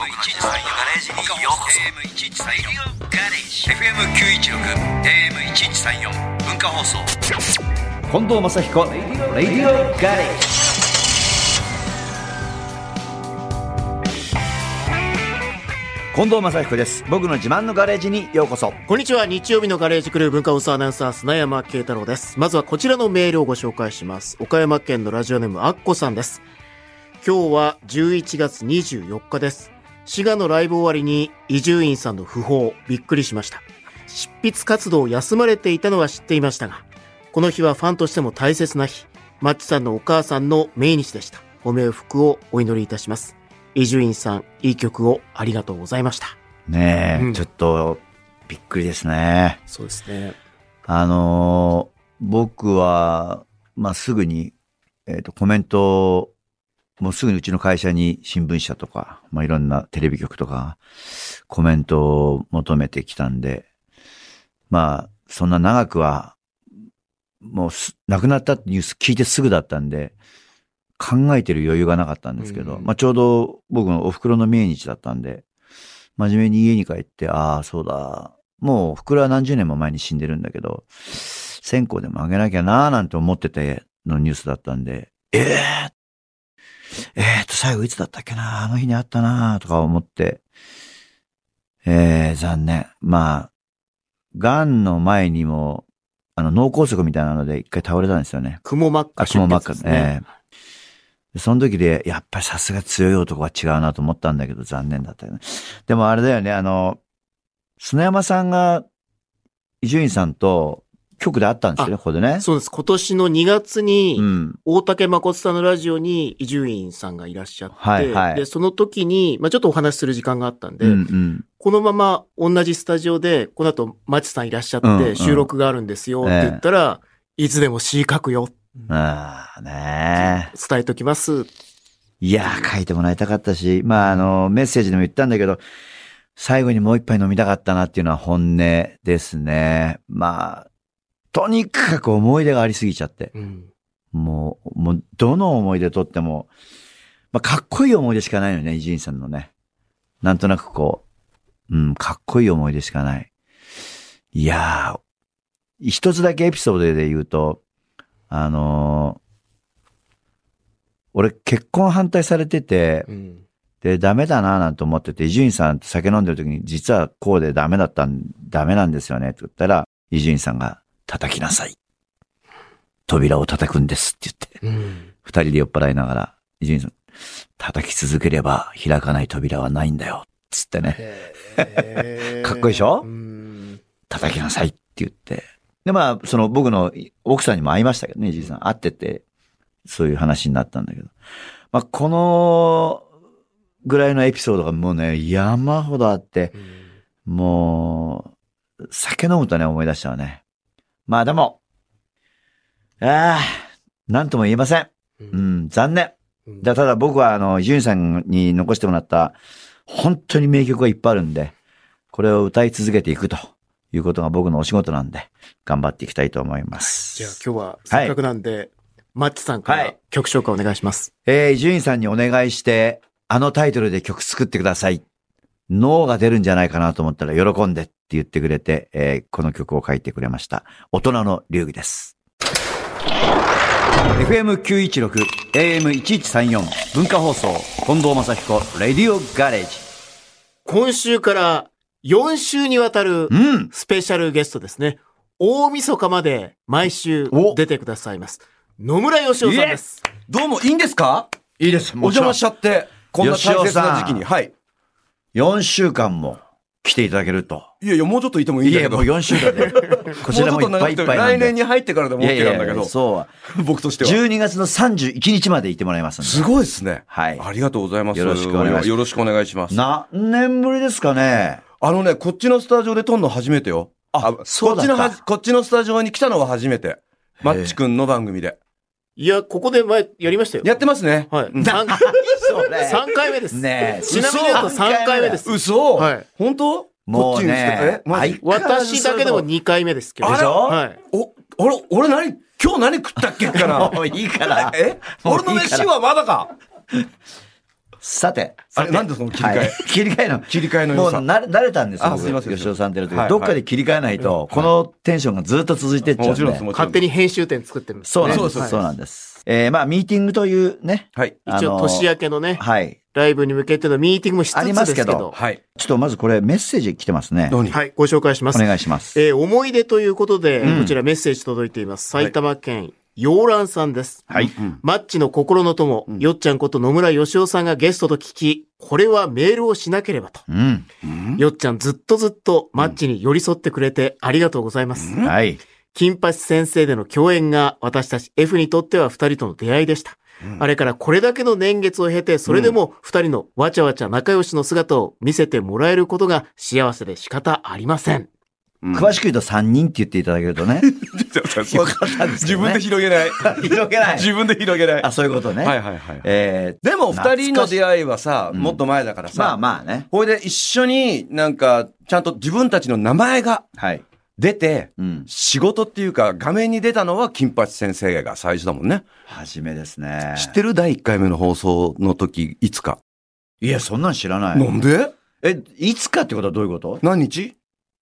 FM1134 ガレージにようこそ。 FM1134 ガレージ FM916 AM1134 文化放送。 近藤正彦レディオガレージ。近藤正彦です。僕の自慢のガレージにようこそ。 こんにちは。日曜日のガレージクルー文化放送アナウンサー砂山慶太郎です。まずはこちらのメールをご紹介します。岡山県のラジオネームアッコさんです。今日は11月24日です。滋賀のライブ終わりに伊集院さんの訃報、びっくりしました。執筆活動を休まれていたのは知っていましたが、この日はファンとしても大切な日、マッチさんのお母さんの命日でした。ご冥福をお祈りいたします。伊集院さん、いい曲をありがとうございました。 ねえ、ちょっとびっくりですね。 そうですね。 僕は、すぐに、コメントを、もうすぐにうちの会社に新聞社とか、いろんなテレビ局とか、コメントを求めてきたんで、そんな長くは、もう亡くなったってニュース聞いてすぐだったんで、考えてる余裕がなかったんですけど、ちょうど僕のお袋の命日だったんで、真面目に家に帰って、そうだ、もうお袋は何十年も前に死んでるんだけど、線香でもあげなきゃなーなんて思っててのニュースだったんで、最後いつだったっけな、あの日にあったなーとか思って、残念。癌の前にも、脳梗塞みたいなので一回倒れたんですよね。 くも膜下出血ですね。 その時で、やっぱりさすが強い男は違うなと思ったんだけど、残念だったよね。でもあれだよね、砂山さんが、伊集院さんと局で会ったんですよね、ここでね。 そうです。今年の2月に、大竹誠さんのラジオに伊集院さんがいらっしゃって、で、その時に、ちょっとお話しする時間があったんで、このまま同じスタジオで、この後、マチさんいらっしゃって、収録があるんですよって言ったら、いつでも詩書くよ。 ねえ。 伝えときます。 いやー、書いてもらいたかったし、メッセージでも言ったんだけど、最後にもう一杯飲みたかったなっていうのは本音ですね。とにかく思い出がありすぎちゃって。もう、どの思い出とっても、かっこいい思い出しかないのね、伊集院さんのね。なんとなくかっこいい思い出しかない。いやー、一つだけエピソードで言うと、俺結婚反対されてて、で、ダメだななんて思ってて、伊集院さんと酒飲んでる時に、実はこうでダメなんですよねって言ったら、伊集院さんが、叩きなさい。扉を叩くんですって言って、二人で酔っ払いながら、伊集院さん、叩き続ければ開かない扉はないんだよ。つってね。かっこいいでしょ？叩きなさいって言って。で、その僕の奥さんにも会いましたけどね、伊集院さん。会ってて、そういう話になったんだけど。このぐらいのエピソードがもうね、山ほどあって、もう、酒飲むとね、思い出しちゃうね。でも、なんとも言えません。残念。ただ僕は伊集院さんに残してもらった、本当に名曲がいっぱいあるんで、これを歌い続けていくということが僕のお仕事なんで、頑張っていきたいと思います。 じゃあ今日はせっかくなんで、マッチさんから曲紹介お願いします。 伊集院さんにお願いして、タイトルで曲作ってください。脳が出るんじゃないかなと思ったら喜んでって言ってくれて、この曲を書いてくれました。大人の流儀です。FM916 AM1134 文化放送近藤正彦レディオガレージ。 今週から4週にわたるスペシャルゲストですね。大晦日まで毎週出てくださいます。野村義雄さんです。 どうもいいんですか？ いいです。 お邪魔しちゃって、こんな大切な時期に。はい。 4週間も来ていただけると。 いや、もうちょっといてもいいんだけど。 もう4週間で。こちらもいっぱいいっぱいなんで。 来年に入ってからでも OK なんだけど。 そう。 僕としては。 12月の31日までいてもらいますんで。 すごいですね。 はい。 ありがとうございます。 よろしくお願いします。 よろしくお願いします。 何年ぶりですかね。 こっちのスタジオで撮るの初めてよ。 そうだった。 こっちのスタジオに来たのは初めて。マッチ君の番組で。 いや、ここで前やりましたよ。 やってますね。 はい。3回目です。 ねえ。 ちなみに言うと3回目です。 嘘？ はい。 本当？ もうね、 私だけでも2回目ですけど。 でしょ？ はい。 俺今日何食ったっけかな？ もういいから。 俺の飯はまだか。 さて。 あれ、なんでその切り替え、 切り替えの良さ。 もう慣れたんですよ。 すいません。 吉尾さんってる時、どっかで切り替えないと、このテンションがずっと続いてっちゃうんで。 もちろんです。 勝手に編集点作ってるんです。 そうなんです。そうなんです。まあ、ミーティングというね。 はい。一応、年明けのね。はい。ライブに向けてのミーティングもしつつですけど。ありますけど。 はい。ちょっとまずこれメッセージ来てますね。 はい。ご紹介します。 お願いします。 思い出ということで、こちらメッセージ届いています。埼玉県、洋蘭さんです。はい。マッチの心の友、よっちゃんこと野村義雄さんがゲストと聞き、これはメールをしなければと。よっちゃんずっとマッチに寄り添ってくれてありがとうございます。はい。金八先生での共演が私たち F にとっては二人との出会いでした。あれからこれだけの年月を経て、それでも二人のわちゃわちゃ仲良しの姿を見せてもらえることが幸せで仕方ありません。 詳しく言うと3人って言っていただけるとね。 自分で広げない。 広げない。 自分で広げない。 あ、そういうことね。 はいはいはい。でも二人の出会いはさ、もっと前だからさ。 まあね。 これで一緒になんか、ちゃんと自分たちの名前が出て、仕事っていうか画面に出たのは金八先生が最初だもんね。 初めですね。 知ってる？第1回目の放送の時、いつか。 いや、そんなん知らない。 なんで？ いつかってことはどういうこと？ 何日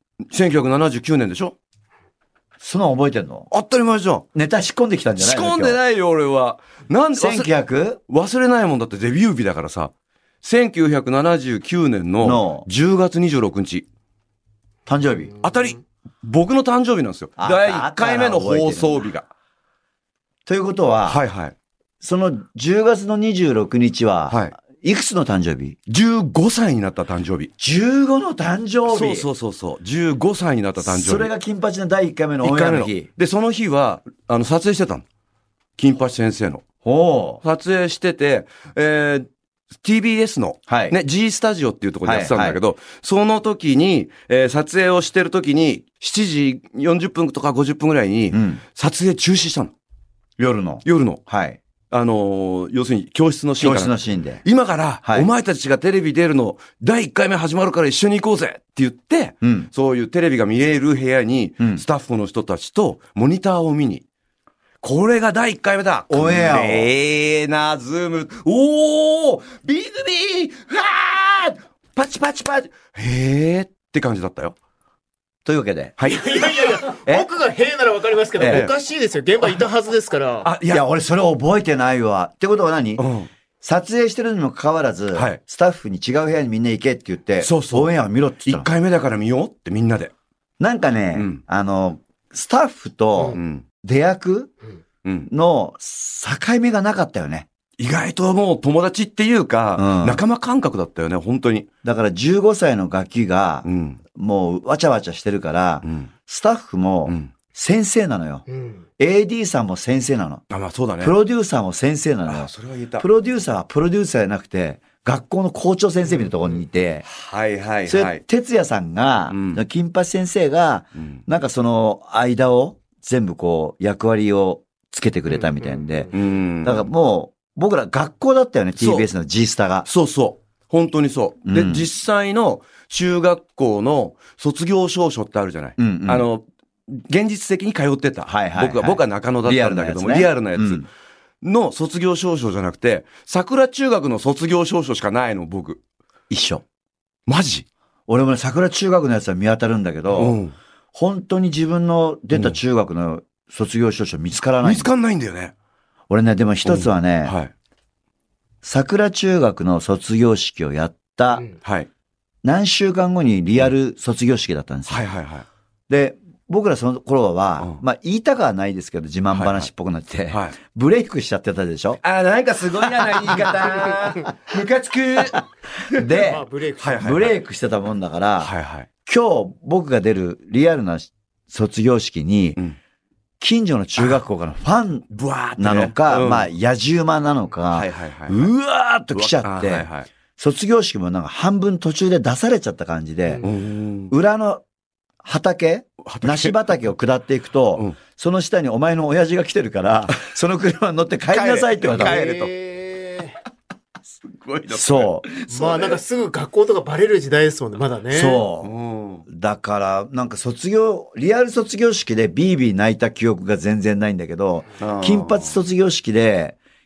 ？1979年でしょ？ そんな覚えてんの？ 当たり前じゃん。 ネタ仕込んできたんじゃないの？ 仕込んでないよ、俺は。なんで 1900？ 忘れないもんだってデビュー日だからさ。1979年の10月26日。 誕生日。 当たり。僕の誕生日なんですよ。第1回目の放送日が。 ということは、 はいはい。 その10月の26日は、はい。いくつの誕生日？ 15 歳になった誕生日。 15の誕生日。 そう。15歳になった誕生日。 それが金八の第1回目のオンエアの日。 で、その日は、撮影してたの。金八先生の。撮影してて、TBS の、ね、G スタジオっていうところでやってたんだけど、その時に、撮影をしてる時に、7時40分とか50分ぐらいに、撮影中止したの。 夜の。 はい。要するに教室のシーンから。 教室のシーンで。 今から、お前たちがテレビ出るの、第1回目始まるから一緒に行こうぜって言って、そういうテレビが見える部屋に、スタッフの人たちとモニターを見に、これが第1回目だ。 オンエアを。 なズーム。おービグビーはーパチパチパチへーって感じだったよ。 というわけで。 はい。いや、僕がへーならわかりますけど、おかしいですよ。現場いたはずですから。 いや、俺それ覚えてないわ。ってことは何？撮影してるにもかかわらず、スタッフに違う部屋にみんな行けって言って、オンエアを見ろって言った。 1回目だから見ようってみんなで。 なんかね、スタッフと、出役の境目がなかったよね。 意外ともう友達っていうか、仲間感覚だったよね、本当に。 だから15歳のガキが、もうわちゃわちゃしてるから、スタッフも先生なのよ。AD さんも先生なの。 まあそうだね。 プロデューサーも先生なのよ。 それは言えた。 プロデューサーはプロデューサーじゃなくて、学校の校長先生みたいなところにいて、それ、哲也さんが、金八先生が、なんかその間を、全部こう、役割をつけてくれたみたいんで。だからもう、僕ら学校だったよね、TBS の G スタが。 そう。本当にそう。で、実際の中学校の卒業証書ってあるじゃない。現実的に通ってた。僕は中野だったんだけども、リアルなやつの卒業証書じゃなくて、桜中学の卒業証書しかないの、僕。 一緒。 マジ？ 俺もね、桜中学のやつは見当たるんだけど、本当に自分の出た中学の卒業証書見つからない。 見つかんないんだよね。 俺ね、でも一つはね、桜中学の卒業式をやった、何週間後にリアル卒業式だったんですよ。で、僕らその頃は、まあ言いたくはないですけど、自慢話っぽくなって、ブレイクしちゃってたでしょ？ なんかすごい嫌な言い方。ムカつく。 で、ブレイクしてたもんだから、今日僕が出るリアルな卒業式に、近所の中学校からファンなのか、まあ野獣馬なのか、うわーっと来ちゃって、卒業式もなんか半分途中で出されちゃった感じで、裏の梨畑を下っていくと、その下にお前の親父が来てるから、その車に乗って帰りなさいって言われた。 帰れと。すごいな。 そう。 まあなんかすぐ学校とかバレる時代ですもんね、まだね。 そう。だから、なんかリアル卒業式でビービー泣いた記憶が全然ないんだけど、金髪卒業式で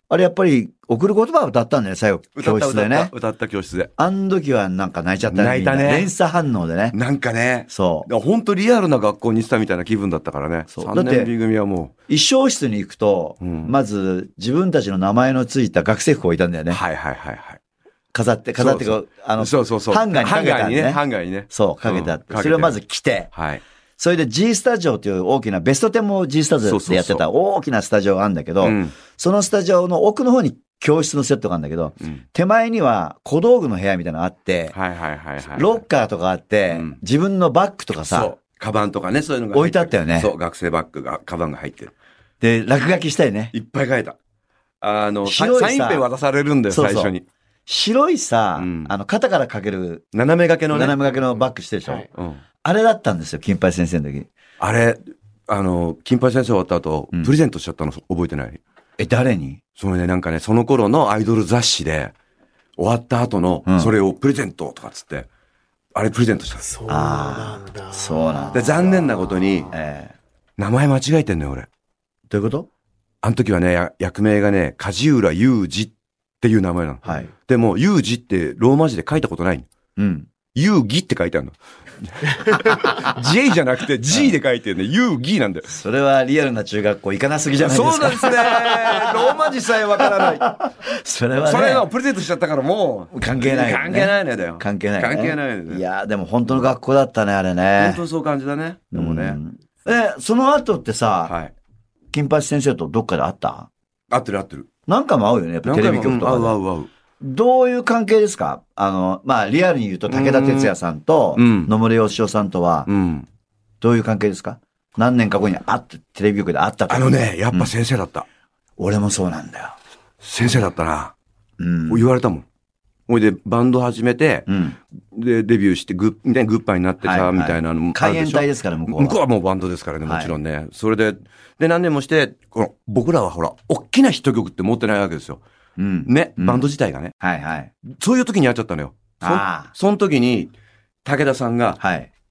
あれやっぱり送る言葉を歌ったんだよ、最後。教室でね。 歌った教室で。 あの時はなんか泣いちゃったね。 泣いたね。 連鎖反応でね。 なんかね。 そう。 本当リアルな学校に行ってたみたいな気分だったからね。 そう。 3年 B 組はもう。衣装室に行くと、まず自分たちの名前のついた学生服を置いたんだよね。 はいはいはいはい。 飾ってか、 そうハンガーにかけてあってね。 ハンガーにね。 そう、かけてあって。それをまず着て。 はい。 それで G スタジオという大きな、ベスト10も G スタジオでやってた大きなスタジオがあるんだけど、そのスタジオの奥の方に教室のセットがあるんだけど、手前には小道具の部屋みたいなのがあって、ロッカーとかあって、自分のバッグとかさ、 カバンとかね、そういうのが置いてあったよね。 そう、学生バッグが、カバンが入ってる。 で、落書きしたいね。 いっぱい書いた。サインペン渡されるんだよ、最初に。 白いさ、肩からかける。 斜め掛けのね。 斜め掛けのバッグしてるでしょ。あれだったんですよ、金八先生の時。 あれ、金八先生終わった後、プレゼントしちゃったの覚えてない？ 誰に？ それね、なんかね、その頃のアイドル雑誌で、終わった後の、それをプレゼントとかつって、あれプレゼントした。 そうなんだ。 そうなんだ。 で、残念なことに、名前間違えてんのよ、俺。 どういうこと？ あの時はね、役名がね、梶浦雄二っていう名前なの。 はい。 でも、雄二ってローマ字で書いたことないの。 うん。 遊戯って書いてあるの。J じゃなくて G で書いてるね。遊戯なんだよ。 それはリアルな中学校行かなすぎじゃないですか。 そうなんですね。ローマ字さえわからない。 それはね。 それをプレゼントしちゃったからもう。 関係ない、ね。 関係ないねだよ。 関係ない、ね。 関係ないね。 いやでも本当の学校だったね、あれね。 本当そう感じだね。でもね。 その後ってさ、 はい、 金八先生とどっかで会った？ 会ってる会ってる。 何回も会うよね、やっぱテレビ局とかで。 会う。 どういう関係ですか？リアルに言うと武田鉄矢さんと野村義雄さんとは、どういう関係ですか？何年か後に会って、テレビ局で会ったと。 やっぱ先生だった。 俺もそうなんだよ。 先生だったな。言われたもん。ほいで、バンド始めて、で、デビューして、グッパーになってさ、みたいなのも。 海援隊ですから、向こうは。 向こうはもうバンドですからね、もちろんね。それで、何年もして、僕らはほら、大きなヒット曲って持ってないわけですよ。ね、バンド自体がね。 はいはい。 そういう時に会っちゃったのよ。その時に、武田さんが、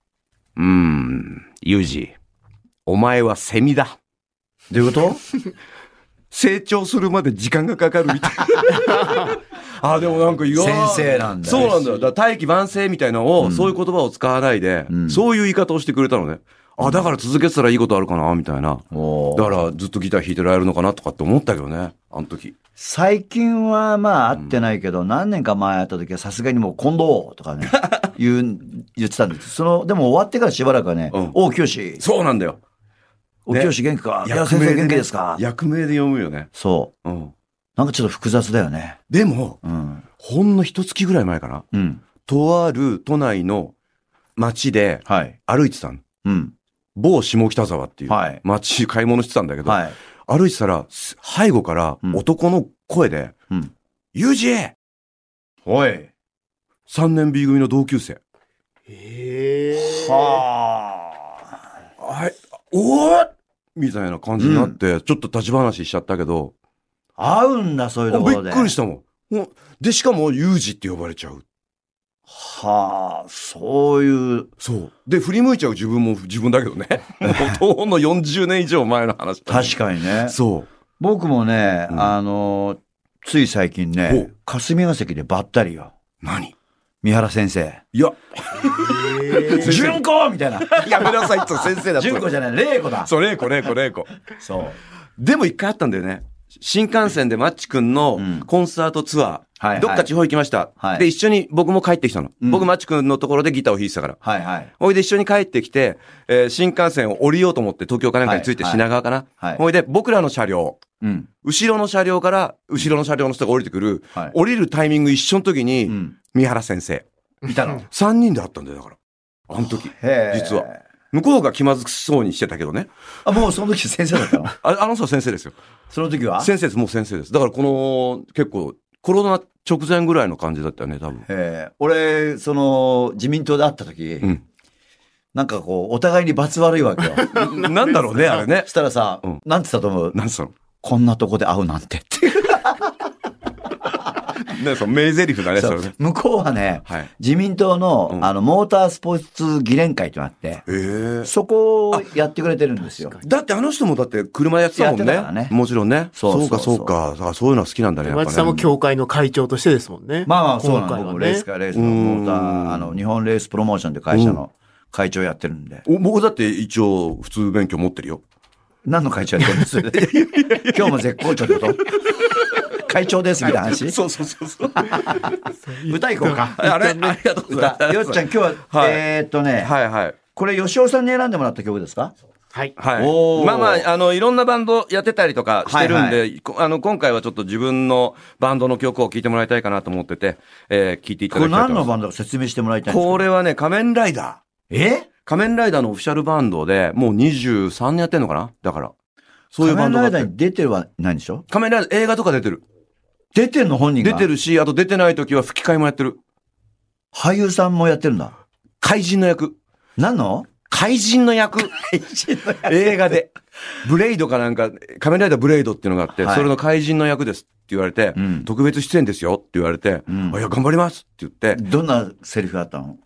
ユージ、お前はセミだ。 どういうこと成長するまで時間がかかるみたいな。でもなんか意外。 先生なんだ。 そうなんだよ。だから大器晩成みたいなのを、そういう言葉を使わないで、そういう言い方をしてくれたのね。だから続けてたらいいことあるかなみたいな。だからずっとギター弾いてられるのかなとかって思ったけどね、あの時。 最近は会ってないけど、何年か前会った時はさすがにもう近藤とかね、言ってたんです。でも終わってからしばらくはね、清。 そうなんだよ。 清元気か？いや、先生元気ですか？ 役名で読むよね。 そう。なんかちょっと複雑だよね。 でも、ほんの一月ぐらい前かな。とある都内の街で歩いてたの。某下北沢っていう街、買い物してたんだけど、歩いてたら、背後から男の声で、ユージおい !3 年 B 組の同級生。おーみたいな感じになって、ちょっと立ち話しちゃったけど。 合うんだ、そういうところで。 びっくりしたもん。で、しかも、ユージって呼ばれちゃう。 そういう。 そう。で、振り向いちゃう自分も自分だけどね。ほんの40年以上前の話。 確かにね。 そう。 僕もね、つい最近ね、霞が関でばったりよ。 何？ 三原先生。 いや。 純子みたいな。 やめなさいって先生だった。 純子じゃない、玲子だ。 そう、玲子。そう。でも一回あったんだよね。新幹線でマッチ君のコンサートツアー、どっか地方行きました。で、一緒に僕も帰ってきたの。僕マッチ君のところでギターを弾いてたから。ほいで一緒に帰ってきて、新幹線を降りようと思って東京かなんかに着いて品川かな。ほいで僕らの車両、後ろの車両から後ろの車両の人が降りてくる、降りるタイミング一緒の時に、三原先生。 いたの ?3 人で会ったんだよ、だから。あの時。実は。向こうが気まずそうにしてたけどね。 もうその時先生だったの？ あの人は先生ですよ。 その時は先生です、もう先生です。だから結構、コロナ直前ぐらいの感じだったよね、多分。 俺、自民党で会った時、なんかお互いに罰悪いわけよ。 なんだろうね、あれね。 したらさ、なんて言ったと思う？ なんつったの？ こんなとこで会うなんてって。 ね、その名台詞だね、それね。 向こうはね、 はい、 自民党の、モータースポーツ議連会ってのがあって、そこをやってくれてるんですよ。 だってあの人もだって車やってたもんね。 やってたからね。 もちろんね。そうか。そういうのは好きなんだね。 山内さんも協会の会長としてですもんね。 まあそうなんです。レースのモーター、日本レースプロモーションって会社の会長やってるんで。 僕だって一応普通免許持ってるよ。 何の会長やってるんです今日も絶好調ってこと会長ですみたいな話。 そう。 歌行こうか。 ありがとうございます。 よっちゃん今日は、はい。これ吉尾さんに選んでもらった曲ですか？ はい。 まあ、いろんなバンドやってたりとかしてるんで、今回はちょっと自分のバンドの曲を聴いてもらいたいかなと思ってて、聴いていただきたいと思います。これ何のバンドか説明してもらいたいんですか？ これはね、仮面ライダー。仮面ライダーのオフィシャルバンドで、もう23年やってんのかな？だから。そういうバンドが。仮面ライダーに出てるはないんでしょ？ 仮面ライダー映画とか出てる。 出てんの本人が？ 出てるし、あと出てない時は吹き替えもやってる。 俳優さんもやってるんだ。 怪人の役。 何の？ 怪人の役。映画で。ブレイドかなんか、仮面ライダーブレイドっていうのがあって、それの怪人の役ですって言われて、特別出演ですよって言われて、いや、頑張りますって言って。 どんなセリフがあったの？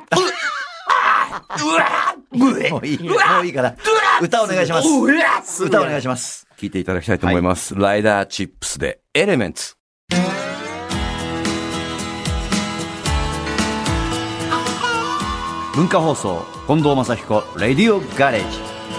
もういいから。歌お願いします。歌お願いします。 聞いていただきたいと思います。ライダーチップスでエレメンツ。 文化放送近藤正彦レディオガレージ。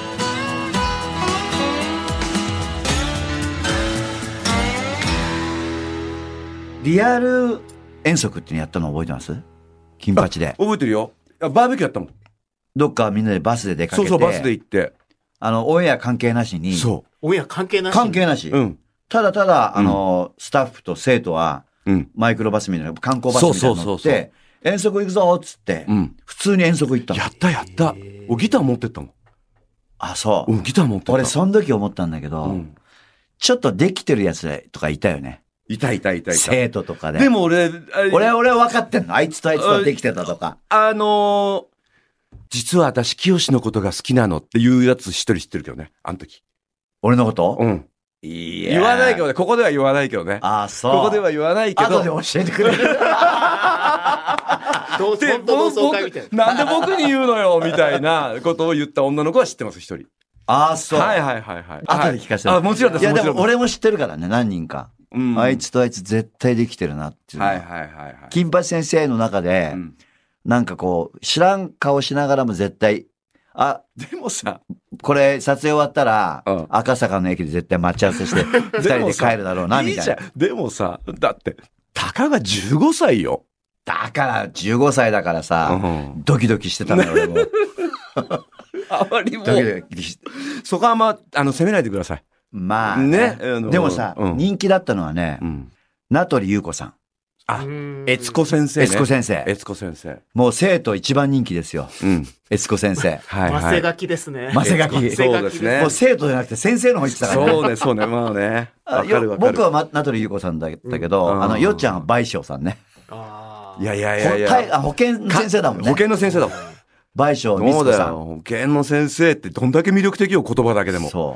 リアル遠足ってのやったの覚えてます？金八で。 覚えてるよ。バーベキューやったもん。 どっかみんなでバスで出かけて。 そう、バスで行って。 オンエア関係なしに。 そう。オンエア関係なし。 関係なし。ただ、スタッフと生徒は、マイクロバスみたいな観光バスみたいなの乗って、遠足行くぞっつって、普通に遠足行ったの。 やった。ギター持ってったもん。 あ、そう。 ギター持ってった。 俺、その時思ったんだけど、ちょっとできてるやつとかいたよね。 いた。 生徒とかで。 でも俺は分かってんの。あいつとできてたとか。 実は私、清のことが好きなのっていうやつ一人知ってるけどね、あの時。 俺のこと？ 言わないけどね、ここでは言わないけどね。 あ、そう。 ここでは言わないけど。 後で教えてくれる。 本当同窓会みたいな。なんで僕に言うのよ、みたいなことを言った女の子は知ってます、一人。 あ、そう。 はい。 後で聞かせて。 もちろんです。 いや、でも俺も知ってるからね、何人か。あいつとあいつ絶対できてるなっていう。金八先生の中で、なんかこう、知らん顔しながらも絶対、 でもさ、 これ撮影終わったら、赤坂の駅で絶対待ち合わせして、二人で帰るだろうな、みたいな。 でもさ、だって、たかが15歳よ。 だから15歳だからさ、ドキドキしてたのよ、俺も。 あまりもう、そこは責めないでください。 まあ、ね。でもさ、人気だったのはね、名取裕子さん。 悦子先生ね。 悦子先生。 悦子先生。 もう生徒一番人気ですよ。悦子先生。 マセガキですね。 マセガキ。 そうですね。 もう生徒じゃなくて先生の方言ってたからね。そうね、まあね。 僕は名取裕子さんだったけど、よっちゃんは倍賞さんね。 いや。 保健の先生だもんね。 保健の先生だもん。 倍賞美津子さん。 保健の先生ってどんだけ魅力的よ、言葉だけでも。 そう。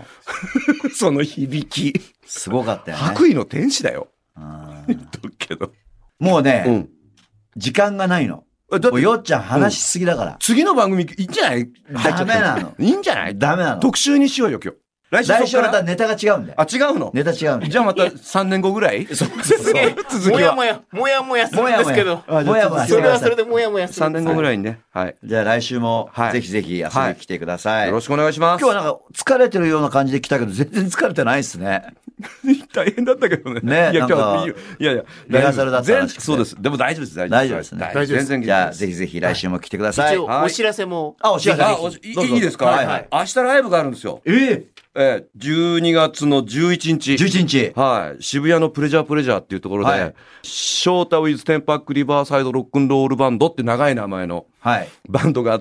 その響き。 すごかったよね。 白衣の天使だよ。言っとくけど。 もうね、時間がないの。よっちゃん話しすぎだから。 次の番組いいんじゃない？ ダメなの。 いいんじゃない？ ダメなの。 特集にしようよ、今日。 来週またネタが違うんだよ。 違うの？ ネタ違うんだよ。 じゃあまた3年後ぐらい？ そう。続きは。もやもやするんですけど。それはそれでもやもやする。 3年後ぐらいにね。はい。 じゃあ来週も、ぜひぜひ遊びに来てください。 よろしくお願いします。 今日はなんか疲れてるような感じで来たけど、全然疲れてないっすね。 大変だったけどね。 ね。 いや、 リハーサルだったらしくて。 そうです。でも大丈夫です。 大丈夫ですね。 全然。 じゃあぜひぜひ来週も来てください。 お知らせも。 お知らせ。 いいですか？はい。明日ライブがあるんですよ。12月の11日。 11日。 はい。渋谷のプレジャーっていうところで、ショータウィズテンパックリバーサイドロックンロールバンドって長い名前のバンドがあって。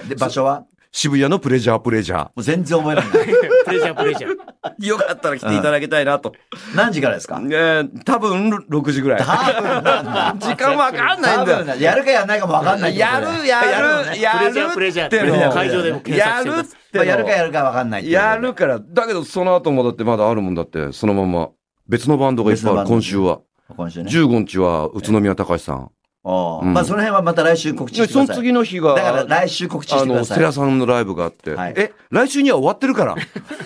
で、場所は渋谷のプレジャー。 もう全然覚えられない。 プレジャー。 よかったら来ていただきたいなと。 何時からですか？ 多分6時ぐらい。時間わかんないんだよ。 やるかやらないかもわかんない。 やるプレジャーって会場でも検索してます。 やるかやるかわかんない。 やるから。だけどその後もだってまだあるもんだって、そのまま別のバンドがいっぱいある、今週は。 今週ね。 15日は宇都宮隆さん。 まあその辺はまた来週告知してください。 その次の日が。 だから来週告知してください。 世良さんのライブがあって。来週には終わってるから。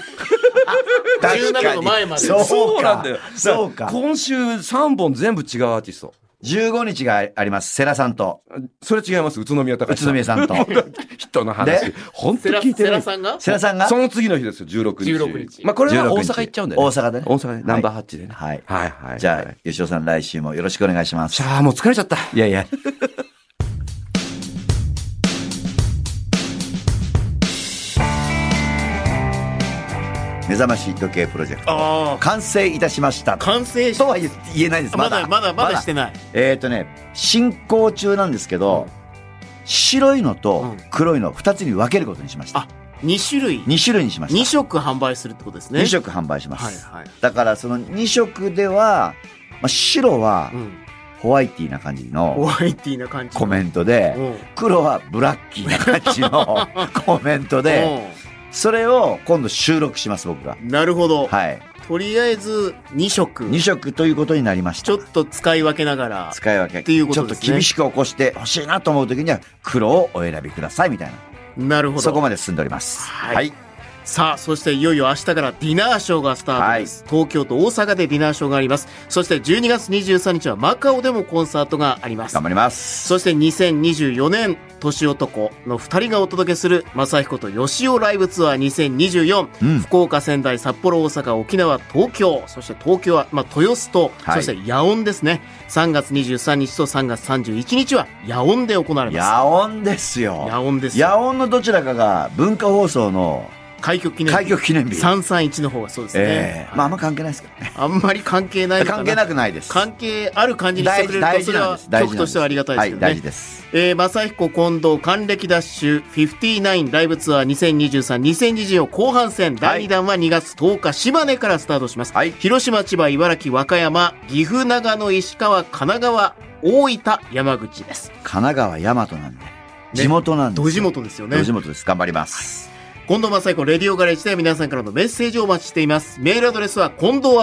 17の前まで。 そうなんだよ。 そうか。 今週3本全部違うアーティスト。 15日があります。世良さんと。 それ違います。宇都宮隆さん。宇都宮さんと。 人の話。本当に聞いてる。 世良さんが世良さんがその次の日ですよ、16日。 16日。 まあこれは大阪行っちゃうんだよね。 大阪でね。 大阪で、ナンバー8でね。 はい。はいはい。じゃあ、吉尾さん来週もよろしくお願いします。 もう疲れちゃった。 いやいや。目覚まし時計プロジェクト完成いたしました。 完成とは言えないです。 まだしてない。 進行中なんですけど、白いのと黒いの2つに分けることにしました。 2種類にしました。 2色販売するってことですね。 2色販売します。だからその2色では、白はホワイティーな感じのコメントで、黒はブラッキーな感じのコメントで、それを今度収録します、僕が。 なるほど。 はい。 とりあえず2色。 2色ということになりました。 ちょっと使い分けながら。 使い分け。 っていうことですね。 ちょっと厳しく起こしてほしいなと思うときには黒をお選びくださいみたいな。 なるほど。 そこまで進んでおります。はい。 さあ、そしていよいよ明日からディナーショーがスタートです。東京と大阪でディナーショーがあります。そして12月23日はマカオでもコンサートがあります。 頑張ります。 そして2024年、年男の2人がお届けする正彦と吉尾ライブツアー2024、福岡、仙台、札幌、大阪、沖縄、東京、そして東京は、豊洲と、そして野音ですね。3月23日と3月31日は野音で行われます。 野音ですよ。 野音です。 野音のどちらかが文化放送の開局記念日。331の方がそうですね。 あんま関係ないですからね。 あんまり関係ないのかな。 関係なくないです。 関係ある感じにしてくれると、それは曲としてはありがたいですけどね。 大事です。 正彦近藤還暦ダッシュ59ライブツアー2023-2024後半戦第2弾は2月10日島根からスタートします。広島、千葉、茨城、和歌山、岐阜、長野、石川、神奈川、大分、山口です。 神奈川、大和なんで。地元なんです。 ど地元ですよね。 ど地元です。頑張ります。 近藤正彦レディオガレージで皆さんからのメッセージをお待ちしています。メールアドレスは近藤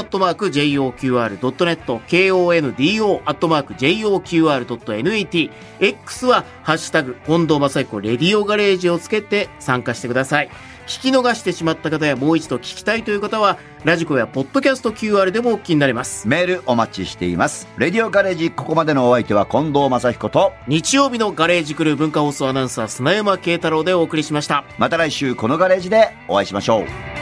@joqr.net、kondo@joqr.net、X はハッシュタグ近藤正彦レディオガレージをつけて参加してください。聞き逃してしまった方やもう一度聞きたいという方はラジコやポッドキャスト QR でもお聞きになれます。 メールお待ちしています。レディオガレージ、ここまでのお相手は近藤正彦と日曜日のガレージクルー文化放送アナウンサー砂山慶太郎でお送りしました。 また来週このガレージでお会いしましょう。